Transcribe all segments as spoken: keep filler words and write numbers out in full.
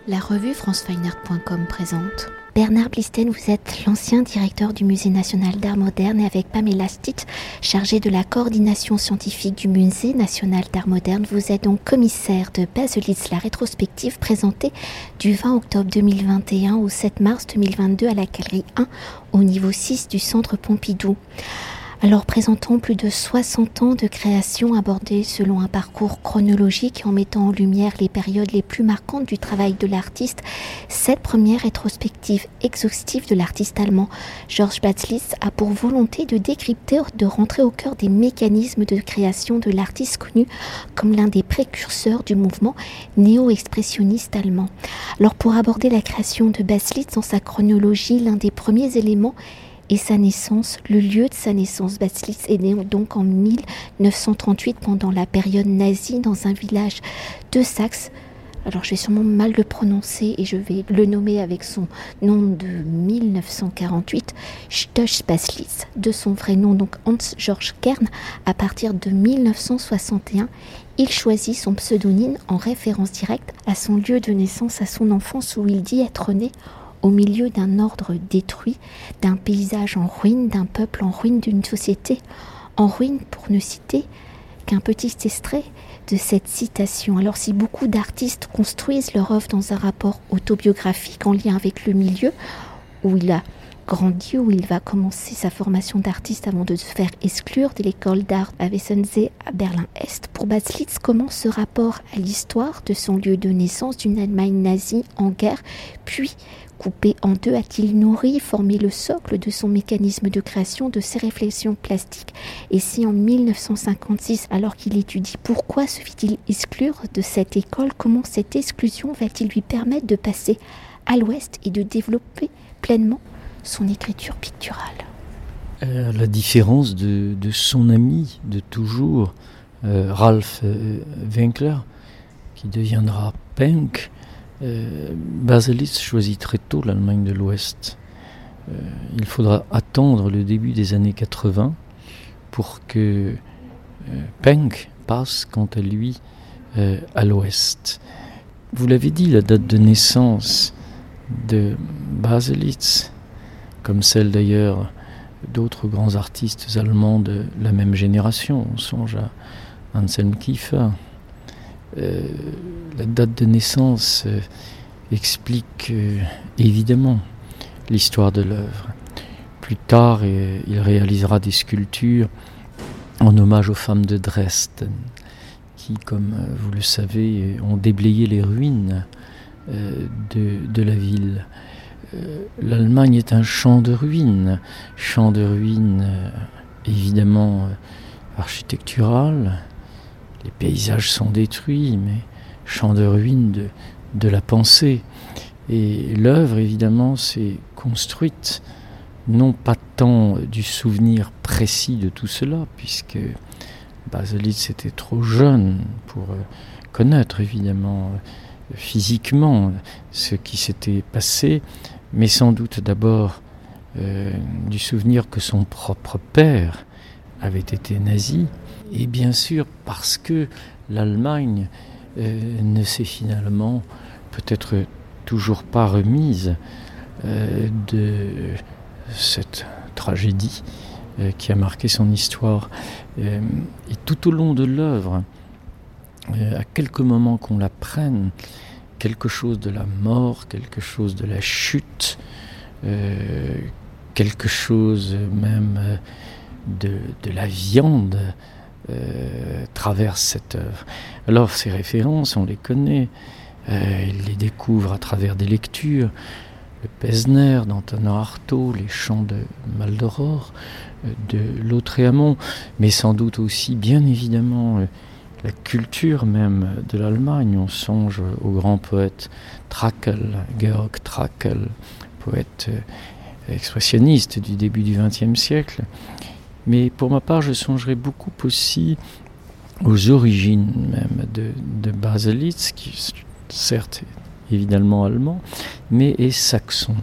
La revue france fine art point com présente. Bernard Blisten, vous êtes l'ancien directeur du Musée national d'art moderne et avec Pamela Stitt, chargée de la coordination scientifique du Musée national d'art moderne, vous êtes donc commissaire de Baselitz, la rétrospective présentée du vingt octobre deux mille vingt et un au sept mars deux mille vingt-deux à la Galerie un au niveau six du Centre Pompidou. Alors présentons plus de soixante ans de création abordée selon un parcours chronologique en mettant en lumière les périodes les plus marquantes du travail de l'artiste. Cette première rétrospective exhaustive de l'artiste allemand Georg Baselitz a pour volonté de décrypter, de rentrer au cœur des mécanismes de création de l'artiste connu comme l'un des précurseurs du mouvement néo-expressionniste allemand. Alors pour aborder la création de Baselitz dans sa chronologie, l'un des premiers éléments et sa naissance, le lieu de sa naissance. Baselitz est né donc en mille neuf cent trente-huit pendant la période nazie dans un village de Saxe. Alors je vais sûrement mal le prononcer et je vais le nommer avec son nom de mille neuf cent quarante-huit, Stosch Baselitz, de son vrai nom donc Hans-Georg Kern. À partir de mille neuf cent soixante et un, il choisit son pseudonyme en référence directe à son lieu de naissance, à son enfance où il dit être né au milieu d'un ordre détruit, d'un paysage en ruine, d'un peuple en ruine, d'une société en ruine, pour ne citer qu'un petit extrait de cette citation. Alors si beaucoup d'artistes construisent leur œuvre dans un rapport autobiographique en lien avec le milieu où il a grandi, où il va commencer sa formation d'artiste avant de se faire exclure de l'école d'art à Wessensee à Berlin-Est, pour Baselitz, comment ce rapport à l'histoire de son lieu de naissance, d'une Allemagne nazie en guerre, puis coupé en deux, a-t-il nourri, formé le socle de son mécanisme de création, de ses réflexions plastiques? Et si en mille neuf cent cinquante-six, alors qu'il étudie, pourquoi se fit-il exclure de cette école? Comment cette exclusion va-t-il lui permettre de passer à l'ouest et de développer pleinement son écriture picturale? euh, La différence de, de son ami de toujours, euh, Ralph euh, Winkler, qui deviendra Penck, Euh, Baselitz choisit très tôt l'Allemagne de l'Ouest. Euh, il faudra attendre le début des années quatre-vingts pour que euh, Penck passe, quant à lui, euh, à l'Ouest. Vous l'avez dit, la date de naissance de Baselitz, comme celle d'ailleurs d'autres grands artistes allemands de la même génération, on songe à Anselm Kiefer. Euh, la date de naissance euh, explique euh, évidemment l'histoire de l'œuvre. Plus tard, euh, il réalisera des sculptures en hommage aux femmes de Dresden, qui, comme euh, vous le savez, ont déblayé les ruines euh, de, de la ville. Euh, L'Allemagne est un champ de ruines, champ de ruines euh, évidemment euh, architectural. Les paysages sont détruits, mais champ de ruines de, de la pensée. Et l'œuvre, évidemment, s'est construite, non pas tant du souvenir précis de tout cela, puisque Baselitz était trop jeune pour euh, connaître, évidemment, euh, physiquement ce qui s'était passé, mais sans doute d'abord euh, du souvenir que son propre père avait été nazi. Et bien sûr, parce que l'Allemagne euh, ne s'est finalement peut-être toujours pas remise euh, de cette tragédie euh, qui a marqué son histoire. Euh, et tout au long de l'œuvre, euh, à quelques moments qu'on la prenne, quelque chose de la mort, quelque chose de la chute, euh, quelque chose même euh, de, de la viande, Euh, traverse cette œuvre. Alors ces références, on les connaît, euh, il les découvre à travers des lectures, le Pesner d'Antonin Artaud, les chants de Maldoror, euh, de Lautréamont, mais sans doute aussi, bien évidemment, euh, la culture même de l'Allemagne. On songe au grand poète Trakl, Georg Trakl, poète euh, expressionniste du début du vingtième siècle. Mais pour ma part, je songerai beaucoup aussi aux origines même de, de Baselitz, qui certes est évidemment allemand, mais est saxon.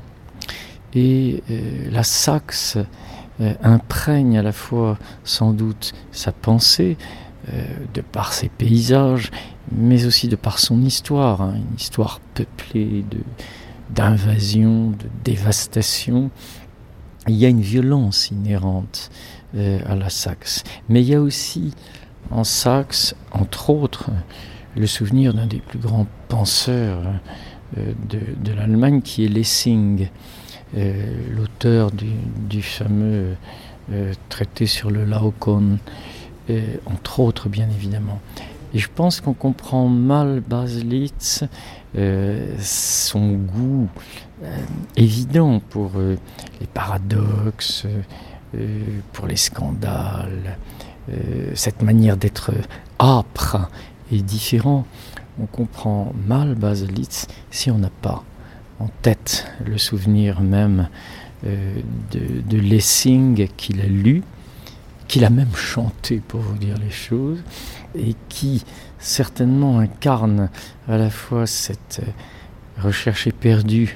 Et euh, la Saxe euh, imprègne à la fois sans doute sa pensée, euh, de par ses paysages, mais aussi de par son histoire, hein, une histoire peuplée de, d'invasion, de dévastation. Il y a une violence inhérente euh, à la Saxe. Mais il y a aussi en Saxe, entre autres, le souvenir d'un des plus grands penseurs euh, de, de l'Allemagne, qui est Lessing, euh, l'auteur du, du fameux euh, traité sur le Laocoon, euh, entre autres bien évidemment. Et je pense qu'on comprend mal Baselitz, euh, son goût euh, évident pour euh, les paradoxes, euh, pour les scandales, euh, cette manière d'être âpre et différent. On comprend mal Baselitz si on n'a pas en tête le souvenir même euh, de, de Lessing qu'il a lu, qu'il a même chanté pour vous dire les choses, et qui certainement incarne à la fois cette recherche éperdue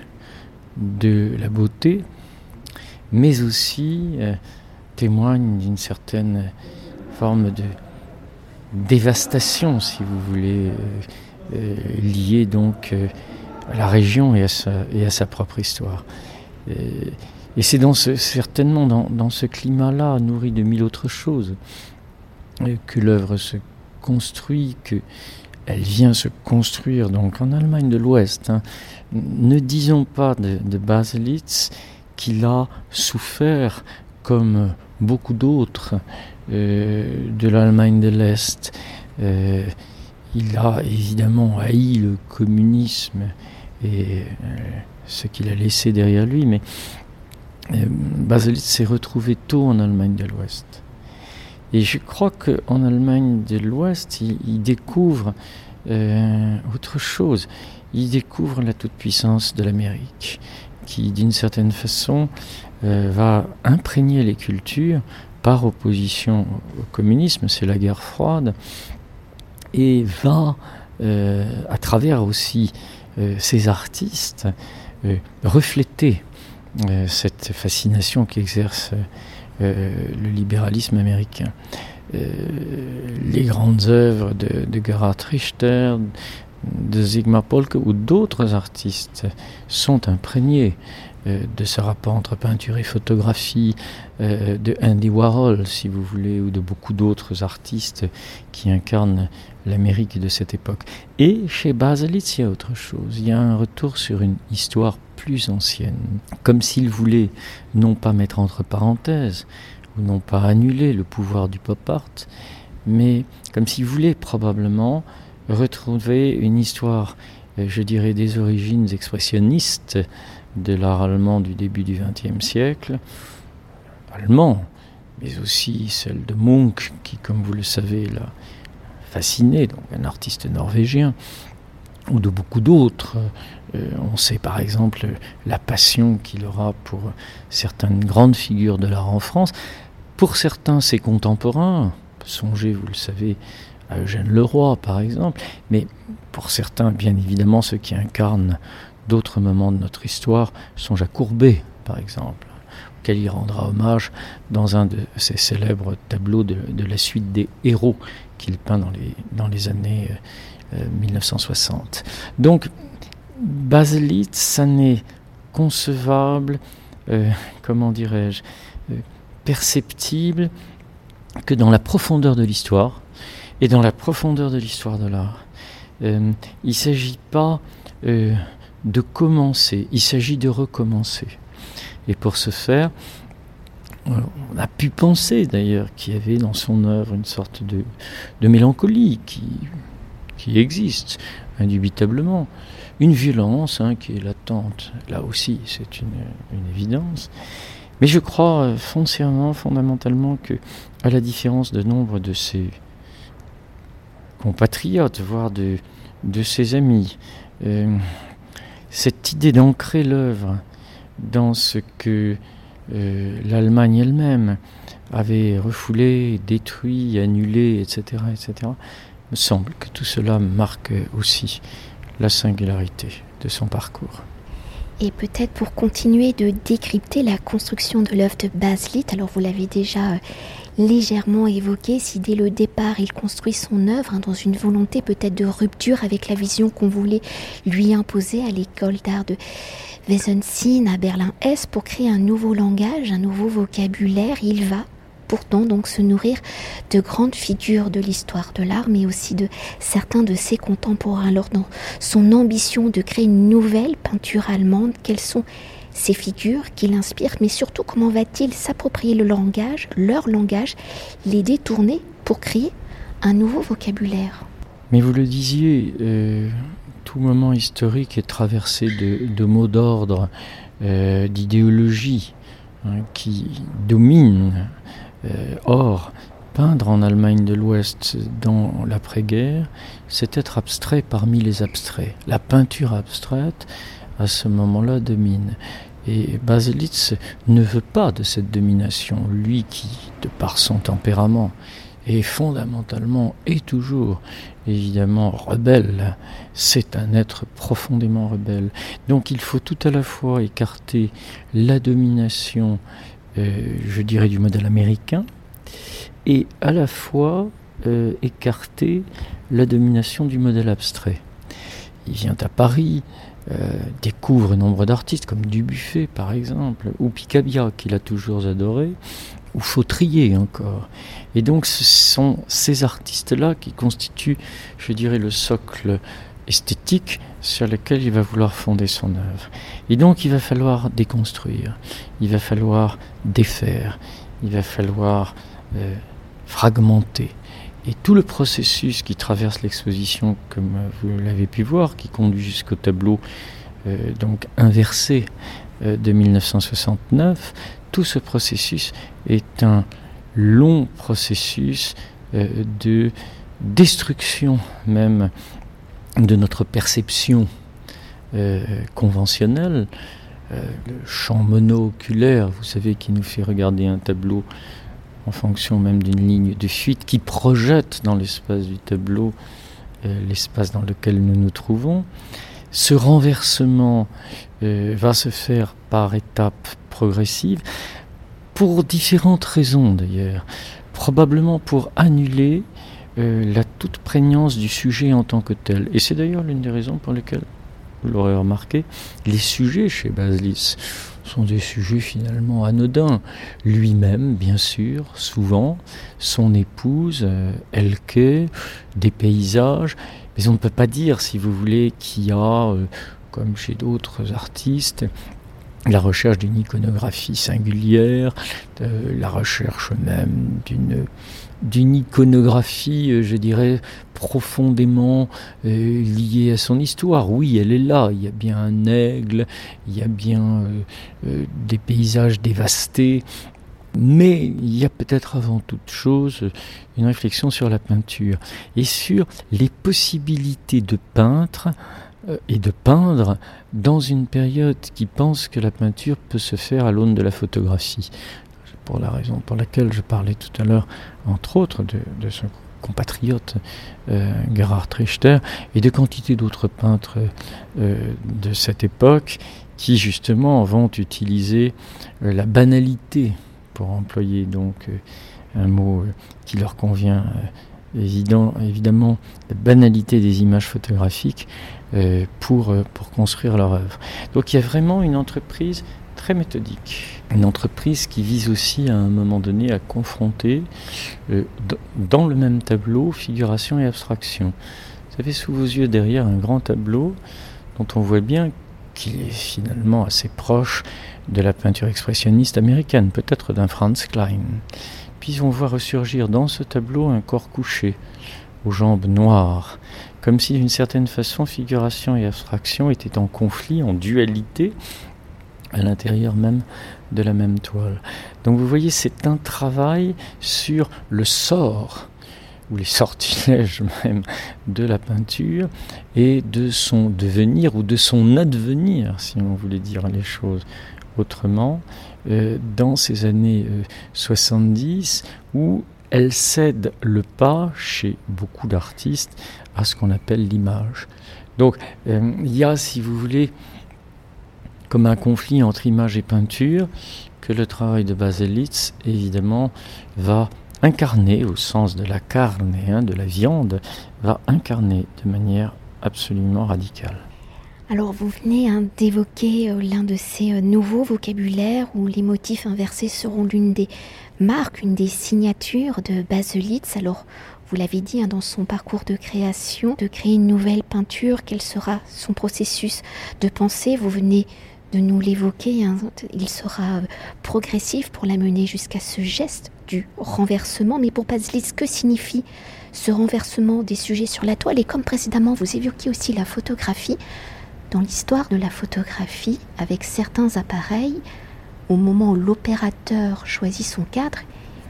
de la beauté, mais aussi euh, témoigne d'une certaine forme de dévastation, si vous voulez, euh, euh, liée donc euh, à la région et à sa, et à sa propre histoire. Euh, et c'est dans ce, certainement dans, dans ce climat-là, nourri de mille autres choses, euh, que l'œuvre se construit, qu'elle vient se construire donc en Allemagne de l'Ouest. Hein. Ne disons pas de, de Baselitz qu'il a souffert, comme beaucoup d'autres, euh, de l'Allemagne de l'Est. Euh, il a évidemment haï le communisme et euh, ce qu'il a laissé derrière lui, mais euh, Baselitz s'est retrouvé tôt en Allemagne de l'Ouest. Et je crois qu'en Allemagne de l'Ouest, il, il découvre euh, autre chose. Il découvre la toute-puissance de l'Amérique, qui, d'une certaine façon, euh, va imprégner les cultures par opposition au communisme, c'est la guerre froide, et va, euh, à travers aussi euh, ces artistes, euh, refléter euh, cette fascination qu'exerce euh, le libéralisme américain. Euh, les grandes œuvres de, de Gerhard Richter, de Sigmar Polke ou d'autres artistes sont imprégnés euh, de ce rapport entre peinture et photographie, euh, de Andy Warhol, si vous voulez, ou de beaucoup d'autres artistes qui incarnent l'Amérique de cette époque. Et chez Baselitz, il y a autre chose. Il y a un retour sur une histoire plus ancienne, comme s'il voulait non pas mettre entre parenthèses, ou non pas annuler le pouvoir du pop art, mais comme s'il voulait probablement retrouver une histoire, je dirais, des origines expressionnistes de l'art allemand du début du vingtième siècle, allemand, mais aussi celle de Munch, qui, comme vous le savez, l'a fasciné, donc un artiste norvégien, ou de beaucoup d'autres. Euh, on sait par exemple la passion qu'il aura pour certaines grandes figures de l'art en France. Pour certains, ses contemporains, songez, vous le savez, à Eugène Leroy par exemple, mais pour certains, bien évidemment, ceux qui incarnent d'autres moments de notre histoire, songez à Courbet par exemple, auquel il rendra hommage dans un de ses célèbres tableaux de, de la suite des héros qu'il peint dans les, dans les années euh, mille neuf cent soixante. Donc, Baselitz, ça n'est concevable, euh, comment dirais-je, euh, perceptible que dans la profondeur de l'histoire, et dans la profondeur de l'histoire de l'art. Euh, il ne s'agit pas euh, de commencer, il s'agit de recommencer. Et pour ce faire, on a pu penser d'ailleurs qu'il y avait dans son œuvre une sorte de, de mélancolie qui, qui existe indubitablement. Une violence hein, qui est latente, là aussi c'est une, une évidence. Mais je crois foncièrement, fondamentalement, que, à la différence de nombre de ses compatriotes, voire de, de ses amis, euh, cette idée d'ancrer l'œuvre dans ce que euh, l'Allemagne elle-même avait refoulé, détruit, annulé, et cetera, et cetera, me semble que tout cela marque aussi la singularité de son parcours. Et peut-être pour continuer de décrypter la construction de l'œuvre de Baselit, alors vous l'avez déjà euh, légèrement évoqué, si dès le départ il construit son œuvre hein, dans une volonté peut-être de rupture avec la vision qu'on voulait lui imposer à l'école d'art de Wesenseen à Berlin-Est pour créer un nouveau langage, un nouveau vocabulaire, il va pourtant donc se nourrir de grandes figures de l'histoire de l'art, mais aussi de certains de ses contemporains. Alors dans son ambition de créer une nouvelle peinture allemande, quelles sont ces figures qui l'inspirent, mais surtout comment va-t-il s'approprier le langage, leur langage, les détourner pour créer un nouveau vocabulaire? Mais vous le disiez, euh, tout moment historique est traversé de, de mots d'ordre, euh, d'idéologie hein, qui dominent. Euh, or, peindre en Allemagne de l'Ouest dans l'après-guerre, c'est être abstrait parmi les abstraits. La peinture abstraite, à ce moment-là, domine. Et Baselitz ne veut pas de cette domination. Lui qui, de par son tempérament, est fondamentalement et toujours, évidemment, rebelle. C'est un être profondément rebelle. Donc il faut tout à la fois écarter la domination Euh, je dirais du modèle américain, et à la fois euh, écarter la domination du modèle abstrait. Il vient à Paris, euh, découvre nombre d'artistes comme Dubuffet par exemple, ou Picabia qu'il a toujours adoré, ou Fautrier encore. Et donc ce sont ces artistes-là qui constituent, je dirais, le socle esthétique sur lequel il va vouloir fonder son œuvre. Et donc il va falloir déconstruire, il va falloir défaire, il va falloir euh, fragmenter. Et tout le processus qui traverse l'exposition, comme vous l'avez pu voir, qui conduit jusqu'au tableau euh, donc inversé euh, de dix-neuf cent soixante-neuf, tout ce processus est un long processus euh, de destruction même de notre perception euh, conventionnelle, euh, le champ mono-oculaire, vous savez, qui nous fait regarder un tableau en fonction même d'une ligne de fuite, qui projette dans l'espace du tableau euh, l'espace dans lequel nous nous trouvons. Ce renversement euh, va se faire par étapes progressives, pour différentes raisons d'ailleurs, probablement pour annuler Euh, la toute prégnance du sujet en tant que tel. Et c'est d'ailleurs l'une des raisons pour lesquelles, vous l'aurez remarqué, les sujets chez Baselitz sont des sujets finalement anodins. Lui-même, bien sûr, souvent, son épouse, euh, Elke, des paysages, mais on ne peut pas dire, si vous voulez, qu'il y a, euh, comme chez d'autres artistes, la recherche d'une iconographie singulière, euh, la recherche même d'une d'une iconographie, je dirais, profondément euh, liée à son histoire. Oui, elle est là, il y a bien un aigle, il y a bien euh, euh, des paysages dévastés, mais il y a peut-être avant toute chose une réflexion sur la peinture et sur les possibilités de peintre euh, et de peindre dans une période qui pense que la peinture peut se faire à l'aune de la photographie. Pour la raison pour laquelle je parlais tout à l'heure, entre autres, de, de son compatriote euh, Gerhard Richter et de quantité d'autres peintres euh, de cette époque qui justement vont utiliser euh, la banalité, pour employer donc euh, un mot euh, qui leur convient euh, évident, évidemment, la banalité des images photographiques euh, pour, euh, pour construire leur œuvre. Donc il y a vraiment une entreprise très méthodique. Une entreprise qui vise aussi à un moment donné à confronter euh, d- dans le même tableau figuration et abstraction. Vous avez sous vos yeux derrière un grand tableau dont on voit bien qu'il est finalement assez proche de la peinture expressionniste américaine, peut-être d'un Franz Klein. Puis on voit ressurgir dans ce tableau un corps couché, aux jambes noires, comme si d'une certaine façon figuration et abstraction étaient en conflit, en dualité, à l'intérieur même de la même toile. Donc vous voyez, c'est un travail sur le sort, ou les sortilèges même, de la peinture, et de son devenir, ou de son advenir, si on voulait dire les choses autrement, euh, dans ces années euh, soixante-dix, où elle cède le pas, chez beaucoup d'artistes, à ce qu'on appelle l'image. Donc, euh, il y a, si vous voulez, comme un conflit entre image et peinture que le travail de Baselitz, évidemment, va incarner, au sens de la carne, hein, de la viande, va incarner de manière absolument radicale. Alors vous venez hein, d'évoquer euh, l'un de ces euh, nouveaux vocabulaires où les motifs inversés seront l'une des marques, une des signatures de Baselitz. Alors vous l'avez dit hein, dans son parcours de création, de créer une nouvelle peinture, quel sera son processus de pensée? Vous venez de nous l'évoquer, hein, il sera euh, progressif pour l'amener jusqu'à ce geste du renversement. Mais pour Baselitz, que signifie ce renversement des sujets sur la toile? Et comme précédemment vous évoquiez aussi la photographie, dans l'histoire de la photographie, avec certains appareils, au moment où l'opérateur choisit son cadre,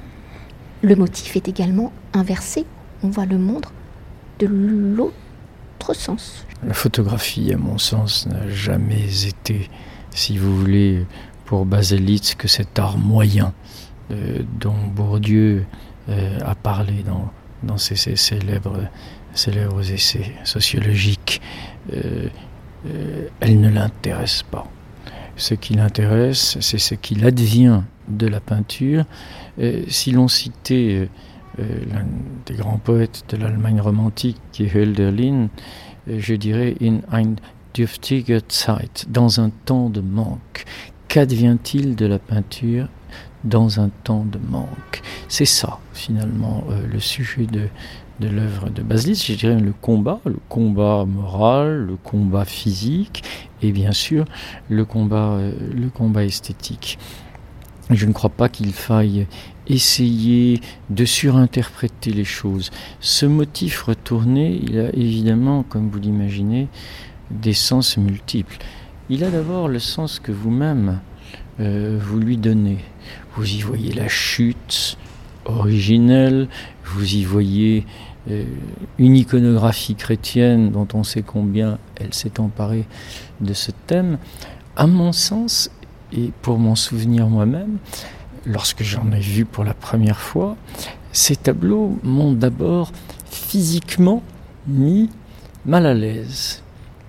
le motif est également inversé. On voit le monde de l'autre sens. La photographie, à mon sens, n'a jamais été, si vous voulez, pour Baselitz, que cet art moyen euh, dont Bourdieu euh, a parlé dans, dans ses, ses célèbres, célèbres essais sociologiques. Euh, Euh, elle ne l'intéresse pas. Ce qui l'intéresse, c'est ce qu'il advient de la peinture. Euh, si l'on citait euh, l'un des grands poètes de l'Allemagne romantique, qui est Hölderlin, euh, je dirais « in ein dürftige Zeit », dans un temps de manque. Qu'advient-il de la peinture dans un temps de manque? C'est ça, finalement, euh, le sujet de de l'œuvre de Baselitz, je dirais le combat, le combat moral, le combat physique et bien sûr le combat, euh, le combat esthétique. Je ne crois pas qu'il faille essayer de surinterpréter les choses. Ce motif retourné, il a évidemment, comme vous l'imaginez, des sens multiples. Il a d'abord le sens que vous-même euh, vous lui donnez. Vous y voyez la chute originelle, vous y voyez euh, une iconographie chrétienne dont on sait combien elle s'est emparée de ce thème. À mon sens, et pour m'en souvenir moi-même, lorsque j'en ai vu pour la première fois, ces tableaux m'ont d'abord physiquement mis mal à l'aise.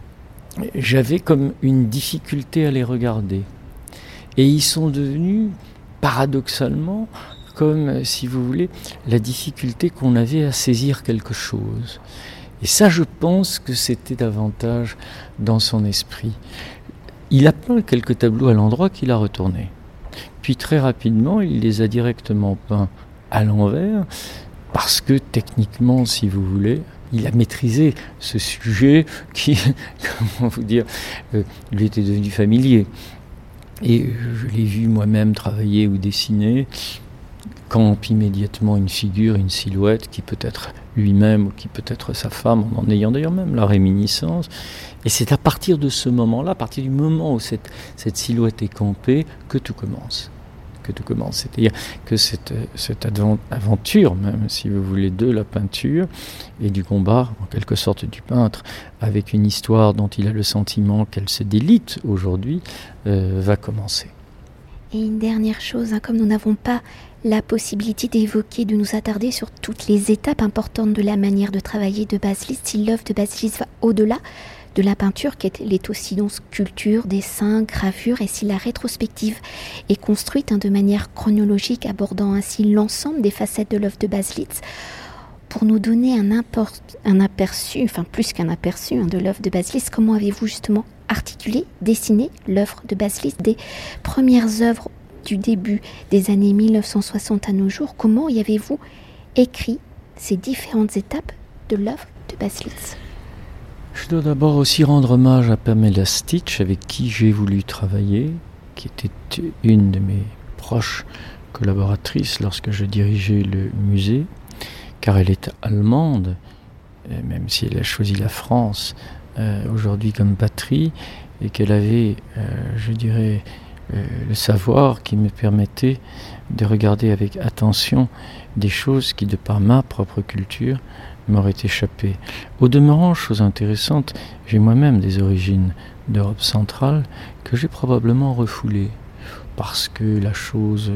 J'avais comme une difficulté à les regarder. Et ils sont devenus, paradoxalement, comme, si vous voulez, la difficulté qu'on avait à saisir quelque chose. Et ça, je pense que c'était davantage dans son esprit. Il a peint quelques tableaux à l'endroit qu'il a retournés. Puis très rapidement, il les a directement peints à l'envers, parce que techniquement, si vous voulez, il a maîtrisé ce sujet qui, comment vous dire, euh, lui était devenu familier. Et je l'ai vu moi-même travailler ou dessiner, campe immédiatement une figure, une silhouette qui peut être lui-même ou qui peut être sa femme, en ayant d'ailleurs même la réminiscence. Et c'est à partir de ce moment-là, à partir du moment où cette, cette silhouette est campée, que tout commence. Que tout commence. C'est-à-dire que cette, cette aventure, même si vous voulez, de la peinture et du combat, en quelque sorte du peintre, avec une histoire dont il a le sentiment qu'elle se délite aujourd'hui, euh, va commencer. Et une dernière chose, hein, comme nous n'avons pas la possibilité d'évoquer, de nous attarder sur toutes les étapes importantes de la manière de travailler de Baselitz, si l'œuvre de Baselitz va au-delà de la peinture, qu'elle est aussi donc sculpture, dessin, gravure, et si la rétrospective est construite hein, de manière chronologique, abordant ainsi l'ensemble des facettes de l'œuvre de Baselitz, pour nous donner un, import, un aperçu, enfin plus qu'un aperçu hein, de l'œuvre de Baselitz, comment avez-vous justement articulé, dessiné l'œuvre de Baselitz des premières œuvres du début des années mille neuf cent soixante à nos jours? Comment y avez-vous écrit ces différentes étapes de l'œuvre de Baselitz? Je dois d'abord aussi rendre hommage à Pamela Stitch, avec qui j'ai voulu travailler, qui était une de mes proches collaboratrices lorsque je dirigeais le musée, car elle est allemande, même si elle a choisi la France euh, aujourd'hui comme patrie, et qu'elle avait, euh, je dirais, euh, le savoir qui me permettait de regarder avec attention des choses qui, de par ma propre culture, m'aurait échappé. Au demeurant, chose intéressante, j'ai moi-même des origines d'Europe centrale que j'ai probablement refoulées parce que la chose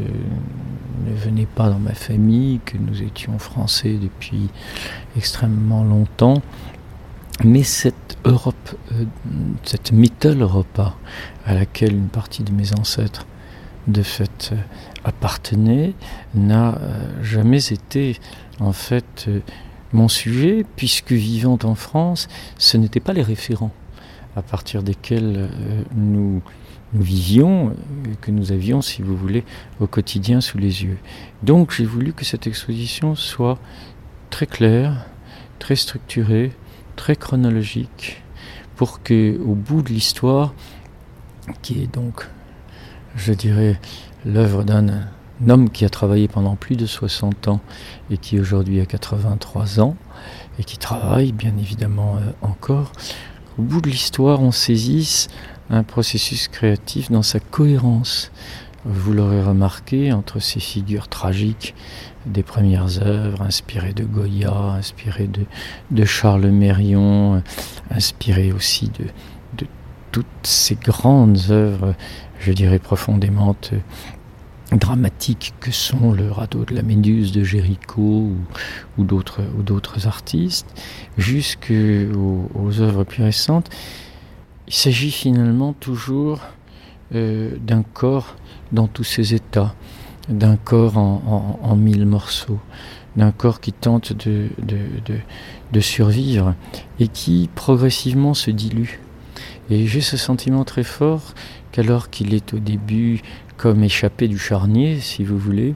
ne venait pas dans ma famille, que nous étions français depuis extrêmement longtemps Mais cette Europe, euh, cette Mitteleuropa, à laquelle une partie de mes ancêtres de fait euh, appartenait, n'a euh, jamais été en fait euh, mon sujet, puisque vivant en France, ce n'étaient pas les référents à partir desquels euh, nous, nous vivions, euh, que nous avions, si vous voulez, au quotidien sous les yeux. Donc j'ai voulu que cette exposition soit très claire, très structurée, très chronologique, pour que, au bout de l'histoire, qui est donc, je dirais, l'œuvre d'un, un homme qui a travaillé pendant plus de soixante ans et qui aujourd'hui a quatre-vingt-trois ans et qui travaille bien évidemment euh, encore, au bout de l'histoire, on saisisse un processus créatif dans sa cohérence. Vous l'aurez remarqué, entre ces figures tragiques des premières œuvres, inspirées de Goya, inspirées de, de Charles Mérion, inspirées aussi de, de toutes ces grandes œuvres, je dirais profondément euh, dramatiques que sont le radeau de la Méduse de Géricault ou, ou, d'autres, ou d'autres artistes, jusqu'aux aux œuvres plus récentes. Il s'agit finalement toujours euh, d'un corps dans tous ses états, d'un corps en, en, en mille morceaux, d'un corps qui tente de, de, de, de survivre et qui progressivement se dilue. Et j'ai ce sentiment très fort qu'alors qu'il est au début comme échappé du charnier, si vous voulez,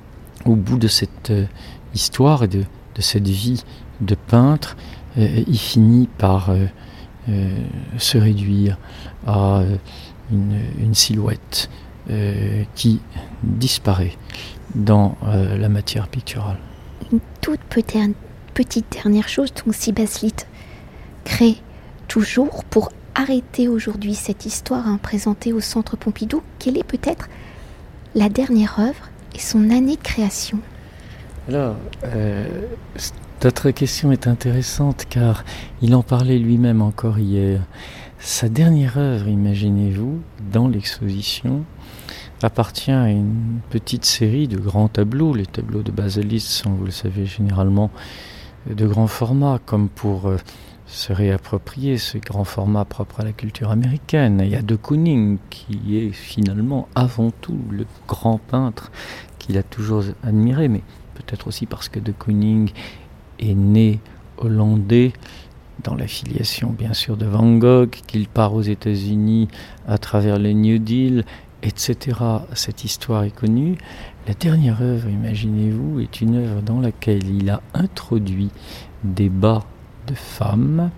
au bout de cette euh, histoire et de, de cette vie de peintre, euh, il finit par euh, euh, se réduire à euh, une, une silhouette euh, qui disparaît dans euh, la matière picturale. Une toute petite, petite dernière chose, donc si Baselit crée toujours pour arrêter aujourd'hui cette histoire hein, présentée au Centre Pompidou, quelle est peut-être la dernière œuvre et son année de création? Alors, euh, votre question est intéressante car il en parlait lui-même encore hier. Sa dernière œuvre, imaginez-vous, dans l'exposition, appartient à une petite série de grands tableaux. Les tableaux de Baselit sont, vous le savez, généralement de grand format, comme pour euh, se réapproprier ce grand format propre à la culture américaine. Il y a de Kooning, qui est finalement avant tout le grand peintre qu'il a toujours admiré, mais peut-être aussi parce que de Kooning est né hollandais, dans la filiation bien sûr de Van Gogh, qu'il part aux États-Unis à travers le New Deal, et cetera. Cette histoire est connue. La dernière œuvre, imaginez-vous, est une œuvre dans laquelle il a introduit des bas de femmes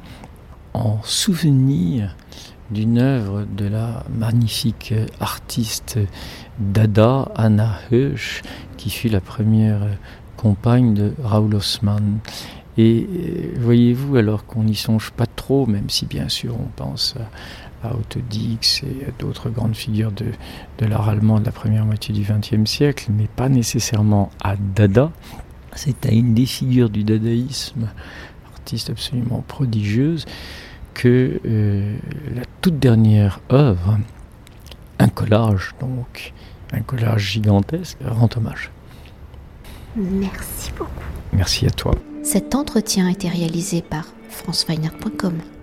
en souvenir d'une œuvre de la magnifique artiste Dada, Anna Hösch, qui fut la première compagne de Raoul Haussmann. Et voyez-vous, alors qu'on n'y songe pas trop, même si bien sûr on pense à, à Otto Dix et à d'autres grandes figures de, de l'art allemand de la première moitié du vingtième siècle, mais pas nécessairement à Dada, c'est à une des figures du dadaïsme, artiste absolument prodigieuse, que euh, la toute dernière œuvre, un collage donc, un collage gigantesque, rend hommage. Merci beaucoup. Merci à toi. Cet entretien a été réalisé par franceweiner point com.